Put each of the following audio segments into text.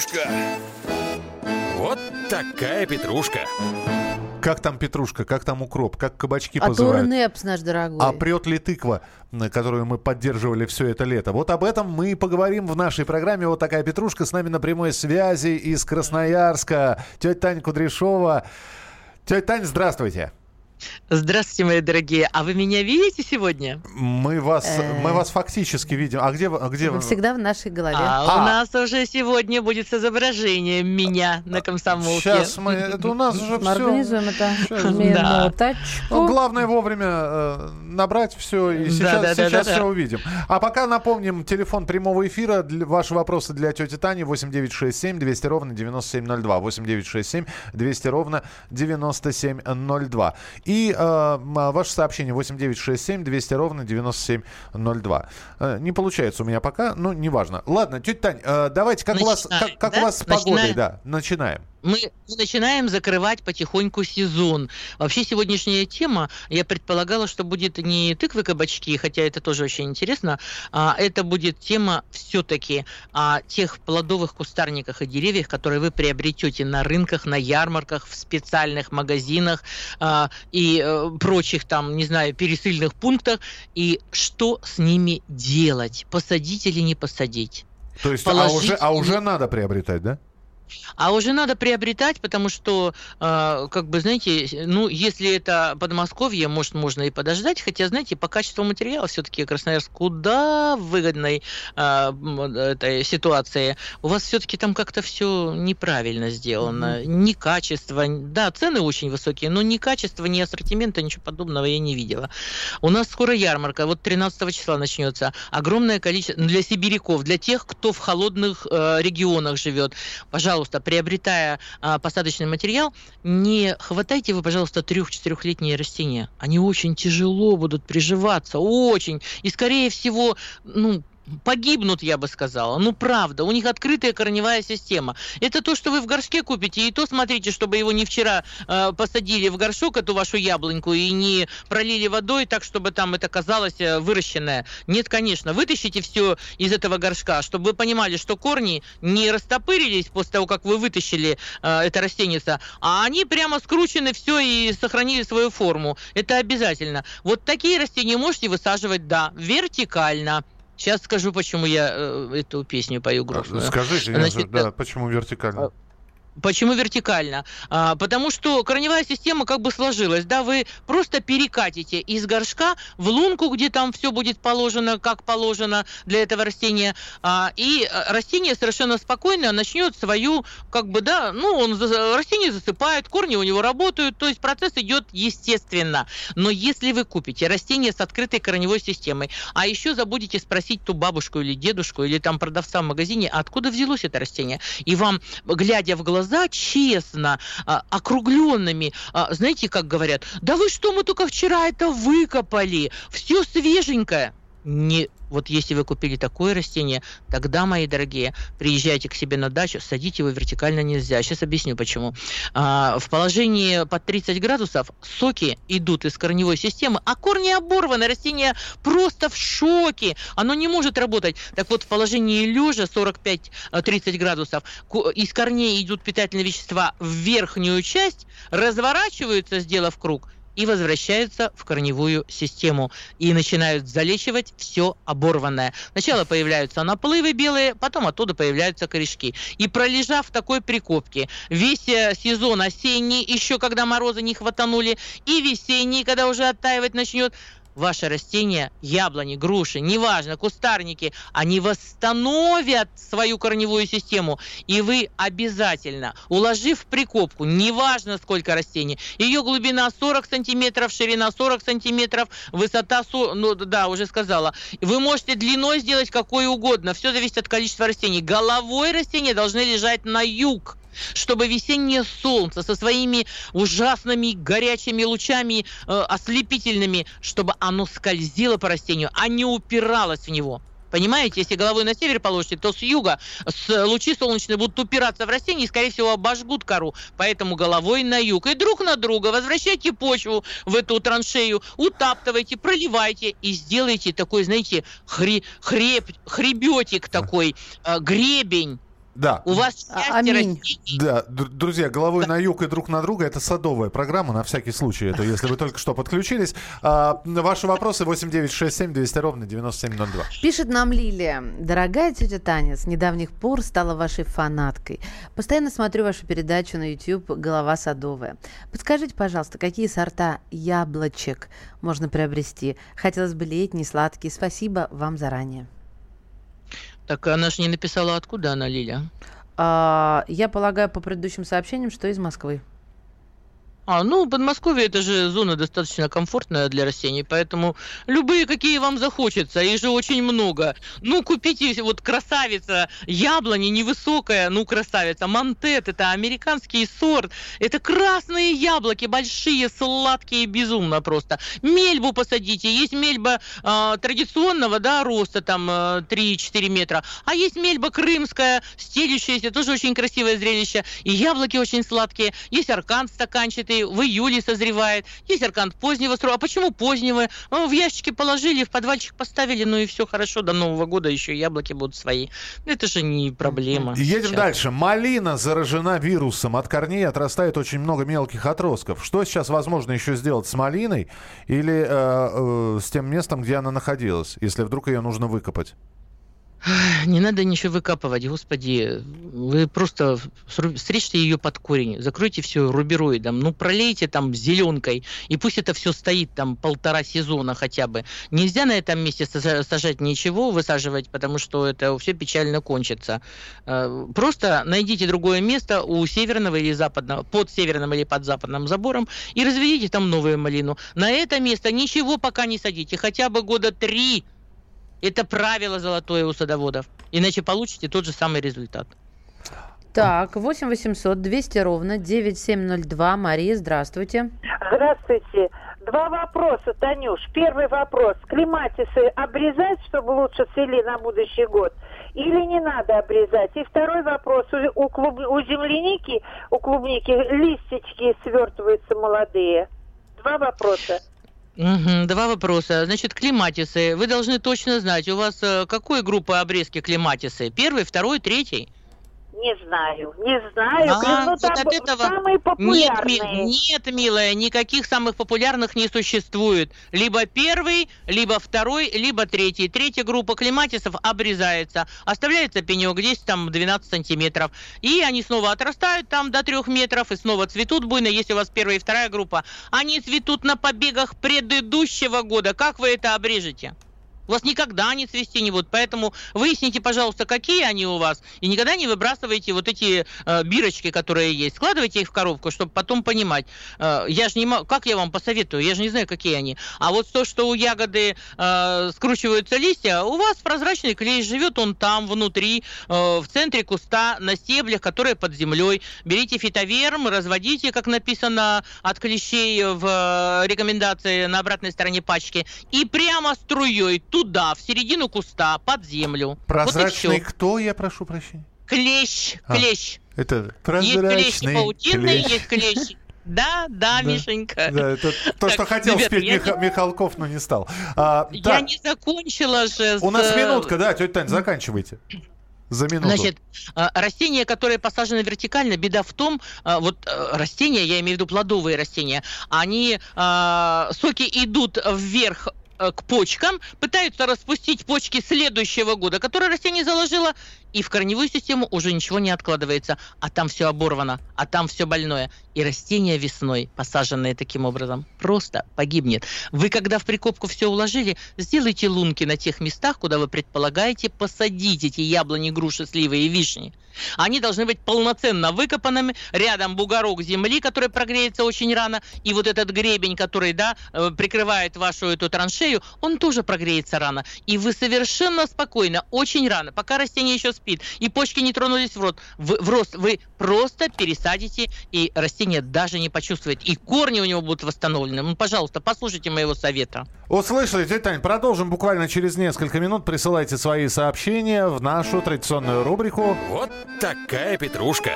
петрушка. Вот такая петрушка. Как там петрушка, как там укроп, как кабачки позывают? Турнепс наш дорогой. А прет ли тыква, которую мы поддерживали все это лето? Вот об этом мы и поговорим в нашей программе. Вот такая петрушка. С нами на прямой связи из Красноярска. Тетя Таня Кудряшова. Тетя Таня, здравствуйте. Здравствуйте, мои дорогие. А вы меня видите сегодня? Мы вас фактически видим. А где вы? Всегда в нашей голове. У нас уже сегодня будет с изображением меня на комсомолке. Сейчас это у нас уже мы организуем это. Минуточку. Ну, главное вовремя набрать все, и сейчас все увидим. А пока напомним, телефон прямого эфира. Ваши вопросы для тети Тани 8967 200 ровно 9702. 8967 200 ровно 9702. И ваше сообщение 8967 200 ровно 9702. Не получается у меня пока, но неважно. Ладно, тетя Тань, давайте, как у вас с погодой? Да, начинаем. Мы начинаем закрывать потихоньку сезон. Вообще сегодняшняя тема, я предполагала, что будет не тыквы-кабачки, хотя это тоже очень интересно, это будет тема все-таки о тех плодовых кустарниках и деревьях, которые вы приобретете на рынках, на ярмарках, в специальных магазинах и прочих там, не знаю, пересыльных пунктах, и что с ними делать, посадить или не посадить. То есть, уже надо приобретать, да? А уже надо приобретать, потому что, знаете, если это Подмосковье, может, можно и подождать. Хотя, знаете, по качеству материала все-таки Красноярск куда в выгодной этой ситуации. У вас все-таки там как-то все неправильно сделано. Ни качество, да, цены очень высокие, но ни качества, ни ассортимента, ничего подобного я не видела. У нас скоро ярмарка, вот 13 числа начнется. Огромное количество для сибиряков, для тех, кто в холодных регионах живет. Пожалуйста, приобретая посадочный материал, не хватайте вы, пожалуйста, 3-4-летние растения. Они очень тяжело будут приживаться, очень. И, скорее всего, погибнут, я бы сказала. Правда, у них открытая корневая система. Это то, что вы в горшке купите, и то смотрите, чтобы его не вчера посадили в горшок, эту вашу яблоньку, и не пролили водой так, чтобы там это казалось выращенное. Нет, конечно, вытащите все из этого горшка, чтобы вы понимали, что корни не растопырились после того, как вы вытащили это растение, а они прямо скручены все и сохранили свою форму. Это обязательно. Вот такие растения можете высаживать, да, вертикально. Сейчас скажу, почему я эту песню пою грустную. Скажите, почему вертикально? Почему вертикально? Потому что корневая система как бы сложилась. Да, вы просто перекатите из горшка в лунку, где там все будет положено, как положено для этого растения. И растение совершенно спокойно начнет свою, растение засыпает, корни у него работают, то есть процесс идет естественно. Но если вы купите растение с открытой корневой системой, а еще забудете спросить ту бабушку или дедушку, или там продавца в магазине, откуда взялось это растение, и вам, глядя в глаза, честно, округленными, знаете, как говорят, да вы что, мы только вчера это выкопали, все свеженькое. Вот если вы купили такое растение, тогда, мои дорогие, приезжайте к себе на дачу, садить его вертикально нельзя. Сейчас объясню, почему. В положении под 30 градусов соки идут из корневой системы, а корни оборваны, растение просто в шоке, оно не может работать. Так вот, в положении лежа 45-30 градусов из корней идут питательные вещества в верхнюю часть, разворачиваются, сделав круг, и возвращаются в корневую систему и начинают залечивать все оборванное. Сначала появляются наплывы белые, потом оттуда появляются корешки. И пролежав в такой прикопке весь сезон осенний, еще когда морозы не хватанули, и весенний, когда уже оттаивать начнет, ваши растения, яблони, груши, неважно, кустарники, они восстановят свою корневую систему. И вы обязательно, уложив в прикопку, неважно сколько растений, ее глубина 40 сантиметров, ширина 40 сантиметров, высота, уже сказала, вы можете длиной сделать какой угодно, все зависит от количества растений. Головой растения должны лежать на юг, чтобы весеннее солнце со своими ужасными горячими лучами ослепительными, чтобы оно скользило по растению, а не упиралось в него. Понимаете, если головой на север положите, то с юга лучи солнечные будут упираться в растение и, скорее всего, обожгут кору. Поэтому головой на юг. И друг на друга возвращайте почву в эту траншею, утаптывайте, проливайте и сделайте такой, знаете, хребетик такой, гребень. Да. У вас счастье растений. Да, друзья, головой на юг и друг на друга — это садовая программа, на всякий случай, это если вы только что подключились. Ваши вопросы 8-967-200-97-02. Пишет нам Лилия. Дорогая тетя Таня, с недавних пор стала вашей фанаткой. Постоянно смотрю вашу передачу на YouTube «Голова садовая». Подскажите, пожалуйста, какие сорта яблочек можно приобрести? Хотелось бы летние, сладкие. Спасибо вам заранее. Так она же не написала, откуда она, Лиля. Я полагаю, по предыдущим сообщениям, что из Москвы. Подмосковье — это же зона достаточно комфортная для растений, поэтому любые, какие вам захочется, их же очень много. Купите красавица, яблони невысокая, красавица, Монтет, это американский сорт, это красные яблоки, большие, сладкие, безумно просто. Мельбу посадите, есть мельба традиционного, роста, там 3-4 метра, а есть мельба крымская, стелющаяся, тоже очень красивое зрелище, и яблоки очень сладкие, есть аркан стаканчатый, в июле созревает. Есть аркан позднего срока. А почему позднего? В ящики положили, в подвальчик поставили, и все хорошо. До Нового года еще яблоки будут свои. Это же не проблема. Едем сейчас дальше. Малина заражена вирусом. От корней отрастает очень много мелких отростков. Что сейчас возможно еще сделать с малиной или с тем местом, где она находилась, если вдруг ее нужно выкопать? Не надо ничего выкапывать, господи. Вы просто срежьте ее под корень, закройте все рубероидом, пролейте там зеленкой, и пусть это все стоит там 1,5 сезона хотя бы. Нельзя на этом месте сажать ничего, высаживать, потому что это все печально кончится. Просто найдите другое место у северного или западного, под северным или под западным забором, и разведите там новую малину. На это место ничего пока не садите, хотя бы 3 года. Это правило золотое у садоводов. Иначе получите тот же самый результат. Так, 8 800 200 ровно 9702. Мария, здравствуйте. Здравствуйте. 2 вопроса, Танюш. Первый вопрос. Клематисы обрезать, чтобы лучше цвели на будущий год? Или не надо обрезать? И второй вопрос. У земляники, у клубники листички свертываются молодые. 2 вопроса. 2 вопроса. Значит, клематисы. Вы должны точно знать, у вас какой группы обрезки клематисы? 1, 2, 3? Не знаю. Самые популярные. Нет, милая, никаких самых популярных не существует. Либо 1, либо 2, либо 3. 3 группа клематисов обрезается. Оставляется пенек, здесь там 12 сантиметров. И они снова отрастают там до 3 метров и снова цветут буйно. Если у вас 1 и 2 группа, они цветут на побегах предыдущего года. Как вы это обрежете? У вас никогда они цвести не будут, поэтому выясните, пожалуйста, какие они у вас, и никогда не выбрасывайте вот эти бирочки, которые есть. Складывайте их в коробку, чтобы потом понимать. Я же не могу, как я вам посоветую, я же не знаю, какие они. А вот то, что у ягоды скручиваются листья, у вас прозрачный клей, живет он там, внутри, в центре куста, на стеблях, которые под землей. Берите фитоверм, разводите, как написано от клещей в рекомендации на обратной стороне пачки, и прямо струей туда, в середину куста, под землю. Прозрачный вот кто, я прошу прощения? Клещ. Это прозрачный есть клещи паутинные, есть клещи. Да, Мишенька. Да, это то, что хотел спеть Михалков, но не стал. Я не закончила же. У нас минутка, да, тетя Тань, заканчивайте. За минуту. Значит, растения, которые посажены вертикально, беда в том, растения, я имею в виду плодовые растения, они, соки идут вверх к почкам, пытаются распустить почки следующего года, которые растение заложило, и в корневую систему уже ничего не откладывается, а там все оборвано, а там все больное. И растение весной, посаженное таким образом, просто погибнет. Вы, когда в прикопку все уложили, сделайте лунки на тех местах, куда вы предполагаете посадить эти яблони, груши, сливы и вишни. Они должны быть полноценно выкопанными, рядом бугорок земли, который прогреется очень рано, и вот этот гребень, который, прикрывает вашу эту траншею, он тоже прогреется рано. И вы совершенно спокойно, очень рано, пока растение еще спит, и почки не тронулись в рост, вы просто пересадите, и растение даже не почувствует, и корни у него будут восстановлены. Пожалуйста, послушайте моего совета. Услышали, тетя Тань, продолжим буквально через несколько минут. Присылайте свои сообщения в нашу традиционную рубрику «Вот такая петрушка».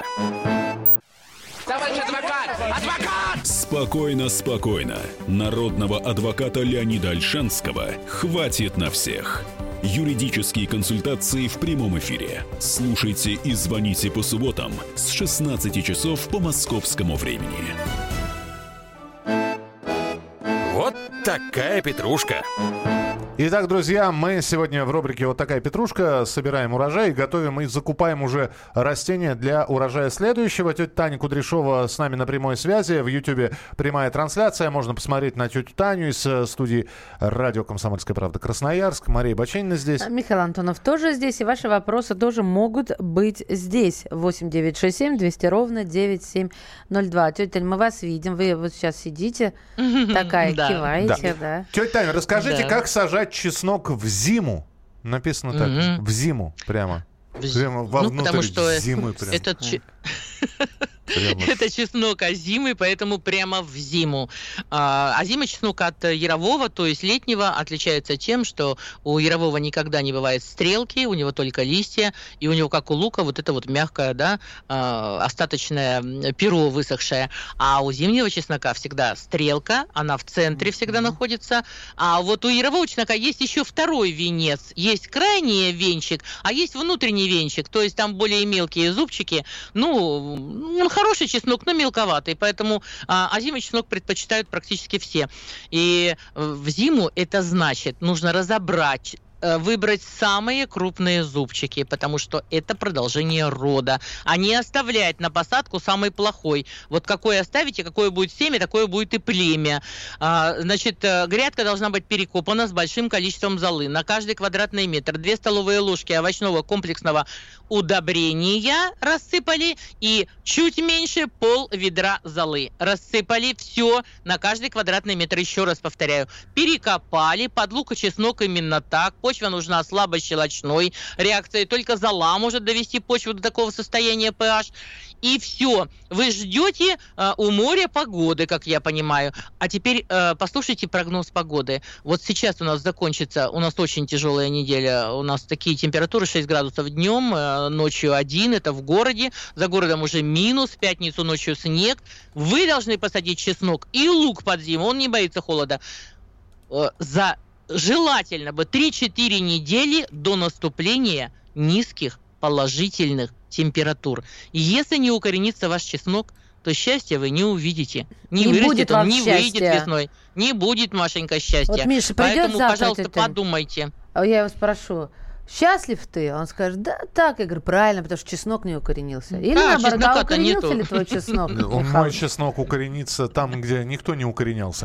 Товарищ адвокат! Адвокат! Спокойно, спокойно. Народного адвоката Леонида Ольшанского хватит на всех. Юридические консультации в прямом эфире. Слушайте и звоните по субботам с 16 часов по московскому времени. Вот такая петрушка. Итак, друзья, мы сегодня в рубрике «Вот такая петрушка» собираем урожай, готовим и закупаем уже растения для урожая следующего. Тетя Таня Кудряшова с нами на прямой связи. В Ютьюбе прямая трансляция. Можно посмотреть на тетю Таню из студии радио «Комсомольская правда» Красноярск. Мария Баченина здесь. Михаил Антонов тоже здесь. И ваши вопросы тоже могут быть здесь. 8-967-200-97-02. Тетя Таня, мы вас видим. Вы вот сейчас сидите, такая, киваете. Да. Тетя Таня, расскажите, как сажать чеснок в зиму. Написано так, в зиму прямо. Прямо вовнутрь потому что зимы. Прямо. Это чеснок озимый, поэтому прямо в зиму. Озимый чеснок от ярового, то есть летнего, отличается тем, что у ярового никогда не бывает стрелки, у него только листья, и у него, как у лука, вот это вот мягкое, да, остаточное перо высохшее. А у зимнего чеснока всегда стрелка, она в центре всегда находится. А вот у ярового чеснока есть еще второй венец. Есть крайний венчик, а есть внутренний венчик, то есть там более мелкие зубчики. Ну, хороший чеснок, но мелковатый, поэтому озимый чеснок предпочитают практически все. И в зиму это значит, нужно разобрать, выбрать самые крупные зубчики, потому что это продолжение рода, а не оставлять на посадку самый плохой. Вот какой оставите, какое будет семя, такое будет и племя. Значит, грядка должна быть перекопана с большим количеством золы. На каждый квадратный метр 2 столовые ложки овощного комплексного удобрения рассыпали и чуть меньше пол-ведра золы. Рассыпали все на каждый квадратный метр. Еще раз повторяю. Перекопали под лук и чеснок именно так. Почва нужна слабощелочной реакцией. Только зола может довести почву до такого состояния pH. И все. Вы ждете у моря погоды, как я понимаю. А теперь послушайте прогноз погоды. Вот сейчас у нас закончится, у нас очень тяжелая неделя. У нас такие температуры 6 градусов днем, ночью 1, это в городе. За городом уже минус, в пятницу ночью снег. Вы должны посадить чеснок и лук под зиму. Он не боится холода. Желательно бы 3-4 недели до наступления низких положительных температур. Если не укоренится ваш чеснок, то счастья вы не увидите. Не вырастет он, не выйдет весной. Не будет, Машенька, счастья. Вот, Миша, поэтому, пожалуйста, подумайте. Я его спрошу. Счастлив ты? Он скажет, да так. Я говорю, правильно, потому что чеснок не укоренился. Или наоборот, укоренился ли твой чеснок? Мой чеснок укоренится там, где никто не укоренялся.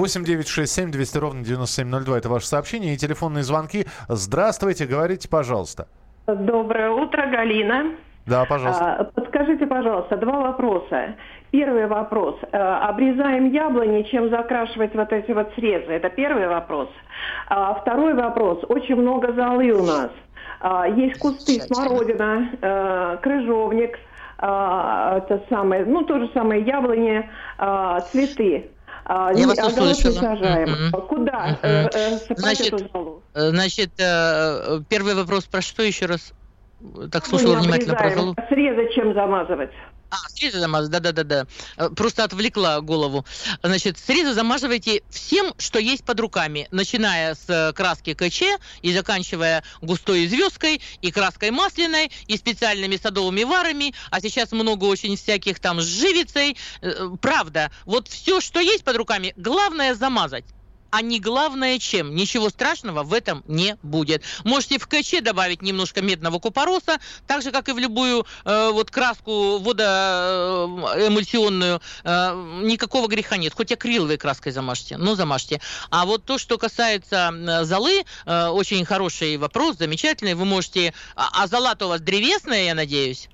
8-967-200-97-02. Это ваше сообщение и телефонные звонки. Здравствуйте, говорите, пожалуйста. Доброе утро, Галина. Да, пожалуйста. Подскажите, пожалуйста, 2 вопроса. Первый вопрос. Обрезаем яблони, чем закрашивать вот эти вот срезы? Это первый вопрос. Второй вопрос. Очень много золы у нас. Есть кусты, смородина, крыжовник, это самое, ну, то же самое, яблони, цветы. Я вас услышала. Сажаем. Куда сыпать эту золу? Значит, первый вопрос про что еще раз? Так слушала внимательно про золу. Срезы чем замазывать? Срезы замазывать, да. Просто отвлекла голову. Значит, срезы замазывайте всем, что есть под руками, начиная с краски КЧ и заканчивая густой звездкой и краской масляной, и специальными садовыми варами, а сейчас много очень всяких там с живицей. Правда, вот все, что есть под руками, главное замазать. А не главное чем. Ничего страшного в этом не будет. Можете в КЧ добавить немножко медного купороса, так же, как и в любую вот краску водоэмульсионную. Никакого греха нет. Хоть акриловой краской замажьте, но замажьте. А вот то, что касается золы, очень хороший вопрос, замечательный. Вы можете... А зола-то у вас древесная, я надеюсь?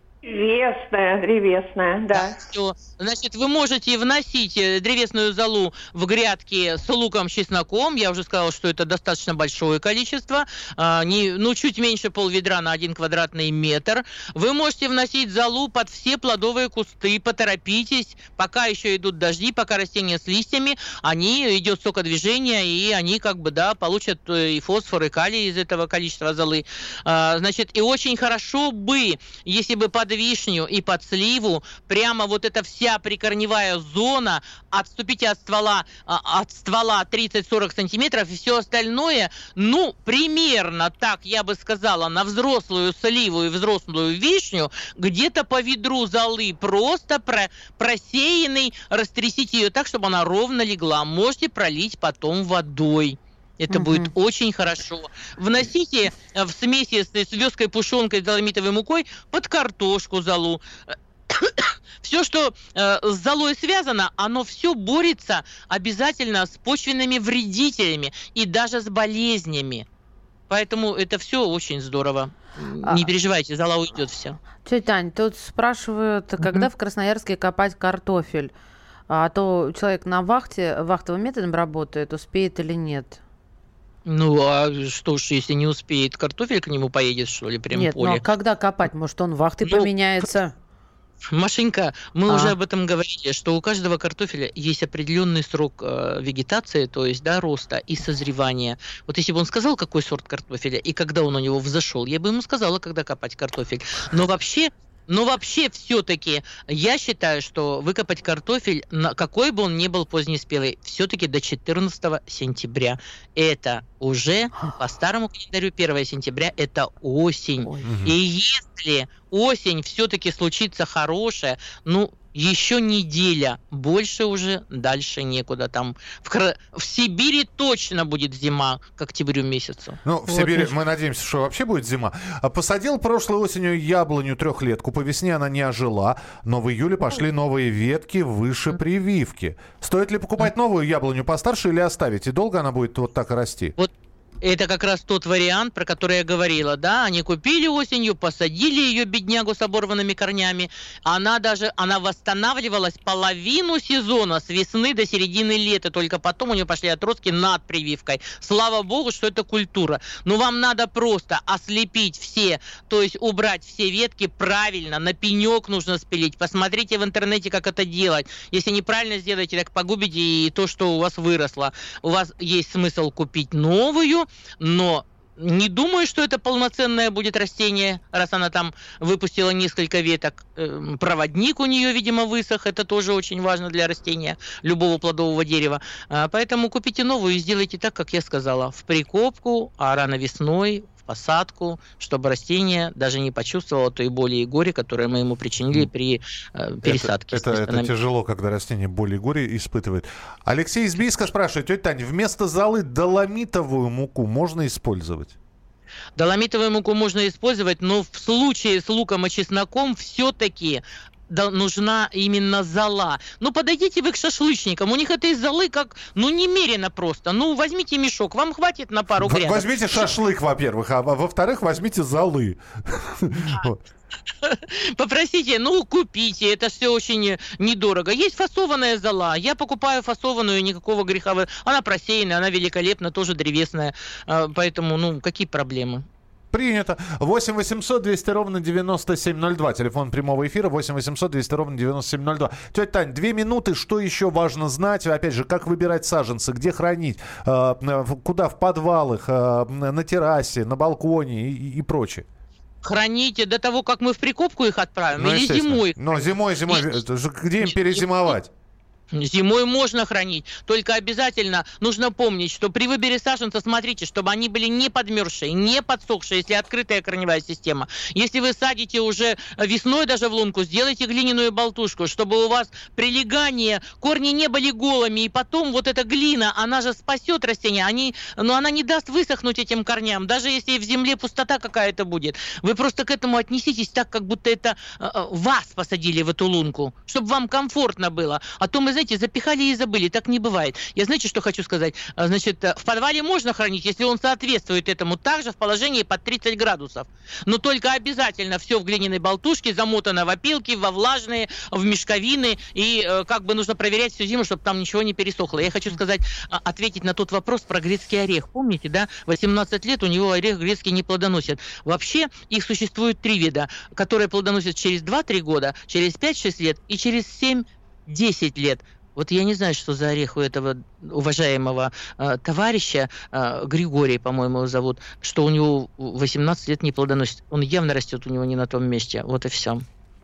Древесная, да. Все. Значит, вы можете вносить древесную золу в грядки с луком, чесноком. Я уже сказала, что это достаточно большое количество. Чуть меньше пол-ведра на 1 квадратный метр. Вы можете вносить золу под все плодовые кусты. Поторопитесь, пока еще идут дожди, пока растения с листьями, идет сокодвижение, и они получат и фосфор, и калий из этого количества золы. Значит, и очень хорошо бы, если бы под под вишню и под сливу, прямо вот эта вся прикорневая зона, отступите от ствола 30-40 сантиметров, и все остальное, ну, примерно так, я бы сказала, на взрослую сливу и взрослую вишню, где-то по ведру золы, просто просеянный, растрясите ее так, чтобы она ровно легла. Можете пролить потом водой. Это будет очень хорошо. Вносите в смеси с вёской пушонкой, с доломитовой мукой под картошку золу. Все, что с золой связано, оно все борется обязательно с почвенными вредителями и даже с болезнями. Поэтому это все очень здорово. Не переживайте, зола уйдет все. Тетя Тань, тут спрашивают, когда в Красноярске копать картофель? А то человек на вахте, вахтовым методом работает, успеет или нет? Ну, а что ж, если не успеет, картофель к нему поедет, что ли, прям в поле? Нет, ну а когда копать? Может, он вахты поменяется? Машенька, мы уже об этом говорили, что у каждого картофеля есть определенный срок вегетации, то есть, да, роста и созревания. Вот если бы он сказал, какой сорт картофеля и когда он у него взошел, я бы ему сказала, когда копать картофель. Но вообще все-таки я считаю, что выкопать картофель, какой бы он ни был позднеспелый, все-таки до 14 сентября. Это уже по старому календарю 1 сентября это осень. И если осень все-таки случится хорошая, ну, еще неделя, больше уже дальше некуда. Там в Сибири точно будет зима к октябрю месяцу. Ну, в Сибири мы надеемся, что вообще будет зима. Посадил прошлой осенью яблоню 3-летку, по весне она не ожила, но в июле пошли новые ветки выше прививки. Стоит ли покупать новую яблоню постарше или оставить? И долго она будет вот так расти? Вот. Это как раз тот вариант, про который я говорила, да, они купили осенью, посадили ее, беднягу, с оборванными корнями, она восстанавливалась половину сезона, с весны до середины лета, только потом у нее пошли отростки над прививкой. Слава богу, что это культура. Но вам надо просто ослепить все, то есть убрать все ветки правильно, на пенек нужно спилить, посмотрите в интернете, как это делать. Если неправильно сделаете, так погубите и то, что у вас выросло. У вас есть смысл купить новую, но не думаю, что это полноценное будет растение, раз она там выпустила несколько веток. Проводник у нее, видимо, высох. Это тоже очень важно для растения, любого плодового дерева. Поэтому купите новую и сделайте так, как я сказала. В прикопку, а рано весной в посадку, чтобы растение даже не почувствовало той боли и горе, которые мы ему причинили при пересадке. Это тяжело, когда растение боли и горе испытывает. Алексей из Бийска спрашивает: тетя Таня, вместо золы доломитовую муку можно использовать? Доломитовую муку можно использовать, но в случае с луком и чесноком все-таки нужна именно зола. Ну, подойдите вы к шашлычникам, у них этой золы как, немерено просто. Ну, возьмите мешок, вам хватит на пару грядок. Возьмите шашлык, во-первых, а во-вторых, возьмите золы. Попросите, купите, это все очень недорого. Есть фасованная зола, я покупаю фасованную, никакого греха. Она просеянная, она великолепна, тоже древесная, поэтому, какие проблемы? Принято. 8 800 200 ровно 9702. Телефон прямого эфира 8 800 200 ровно 9702. Тетя Тань, 2 минуты. Что еще важно знать? Опять же, как выбирать саженцы, где хранить, куда, в подвалах, на террасе, на балконе и прочее? Храните до того, как мы в прикопку их отправим, или зимой. Но зимой, где им перезимовать? Зимой можно хранить, только обязательно нужно помнить, что при выборе саженца смотрите, чтобы они были не подмерзшие, не подсохшие, если открытая корневая система. Если вы садите уже весной даже в лунку, сделайте глиняную болтушку, чтобы у вас прилегание, корни не были голыми, и потом вот эта глина, она же спасет растения, она не даст высохнуть этим корням, даже если в земле пустота какая-то будет. Вы просто к этому отнеситесь так, как будто это вас посадили в эту лунку, чтобы вам комфортно было. А то мы, запихали и забыли. Так не бывает. Я, знаете, что хочу сказать? Значит, в подвале можно хранить, если он соответствует этому, также в положении под 30 градусов. Но только обязательно все в глиняной болтушке, замотано в опилки, во влажные, в мешковины. И нужно проверять всю зиму, чтобы там ничего не пересохло. Я хочу сказать, ответить на тот вопрос про грецкий орех. Помните, да? 18 лет у него орех грецкий не плодоносит. Вообще, их существует 3 вида, которые плодоносят через 2-3 года, через 5-6 лет и через 7-10 лет. Вот я не знаю, что за орех у этого уважаемого товарища, Григорий, по-моему, его зовут, что у него 18 лет не плодоносит. Он явно растет у него не на том месте. Вот и все.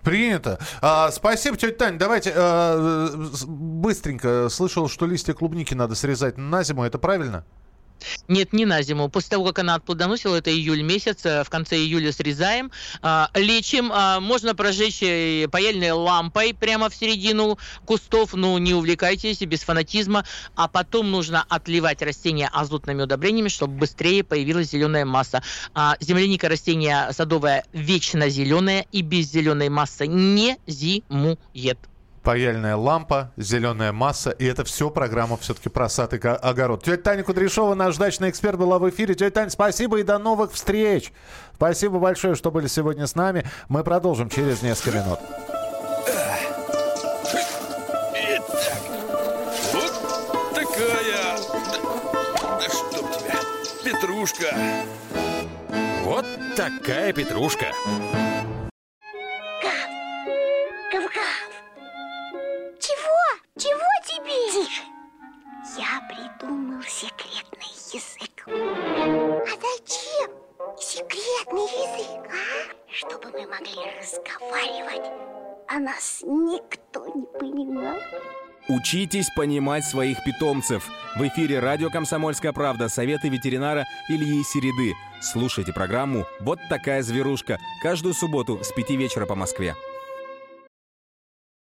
Принято. Спасибо, тетя Таня. Давайте быстренько. Слышал, что листья клубники надо срезать на зиму. Это правильно? Нет, не на зиму. После того, как она отплодоносила, это июль месяц, в конце июля срезаем, лечим. Можно прожечь паяльной лампой прямо в середину кустов, но не увлекайтесь, без фанатизма. А потом нужно отливать растения азотными удобрениями, чтобы быстрее появилась зеленая масса. Земляника растение садовое вечно зеленое и без зеленой массы не зимует. Паяльная лампа, зеленая масса. И это все программа все-таки про сад и огород. Тетя Таня Кудряшова, наш дачный эксперт, была в эфире. Тетя Таня, спасибо и до новых встреч. Спасибо большое, что были сегодня с нами. Мы продолжим через несколько минут. Итак, вот такая... Да чтоб тебя, петрушка. Вот такая петрушка. Чего тебе? Тише. Я придумал секретный язык. А зачем секретный язык, а? Чтобы мы могли разговаривать, а нас никто не понимал. Учитесь понимать своих питомцев. В эфире радио «Комсомольская правда». Советы ветеринара Ильи Середы. Слушайте программу «Вот такая зверушка» каждую субботу с 5 вечера по Москве.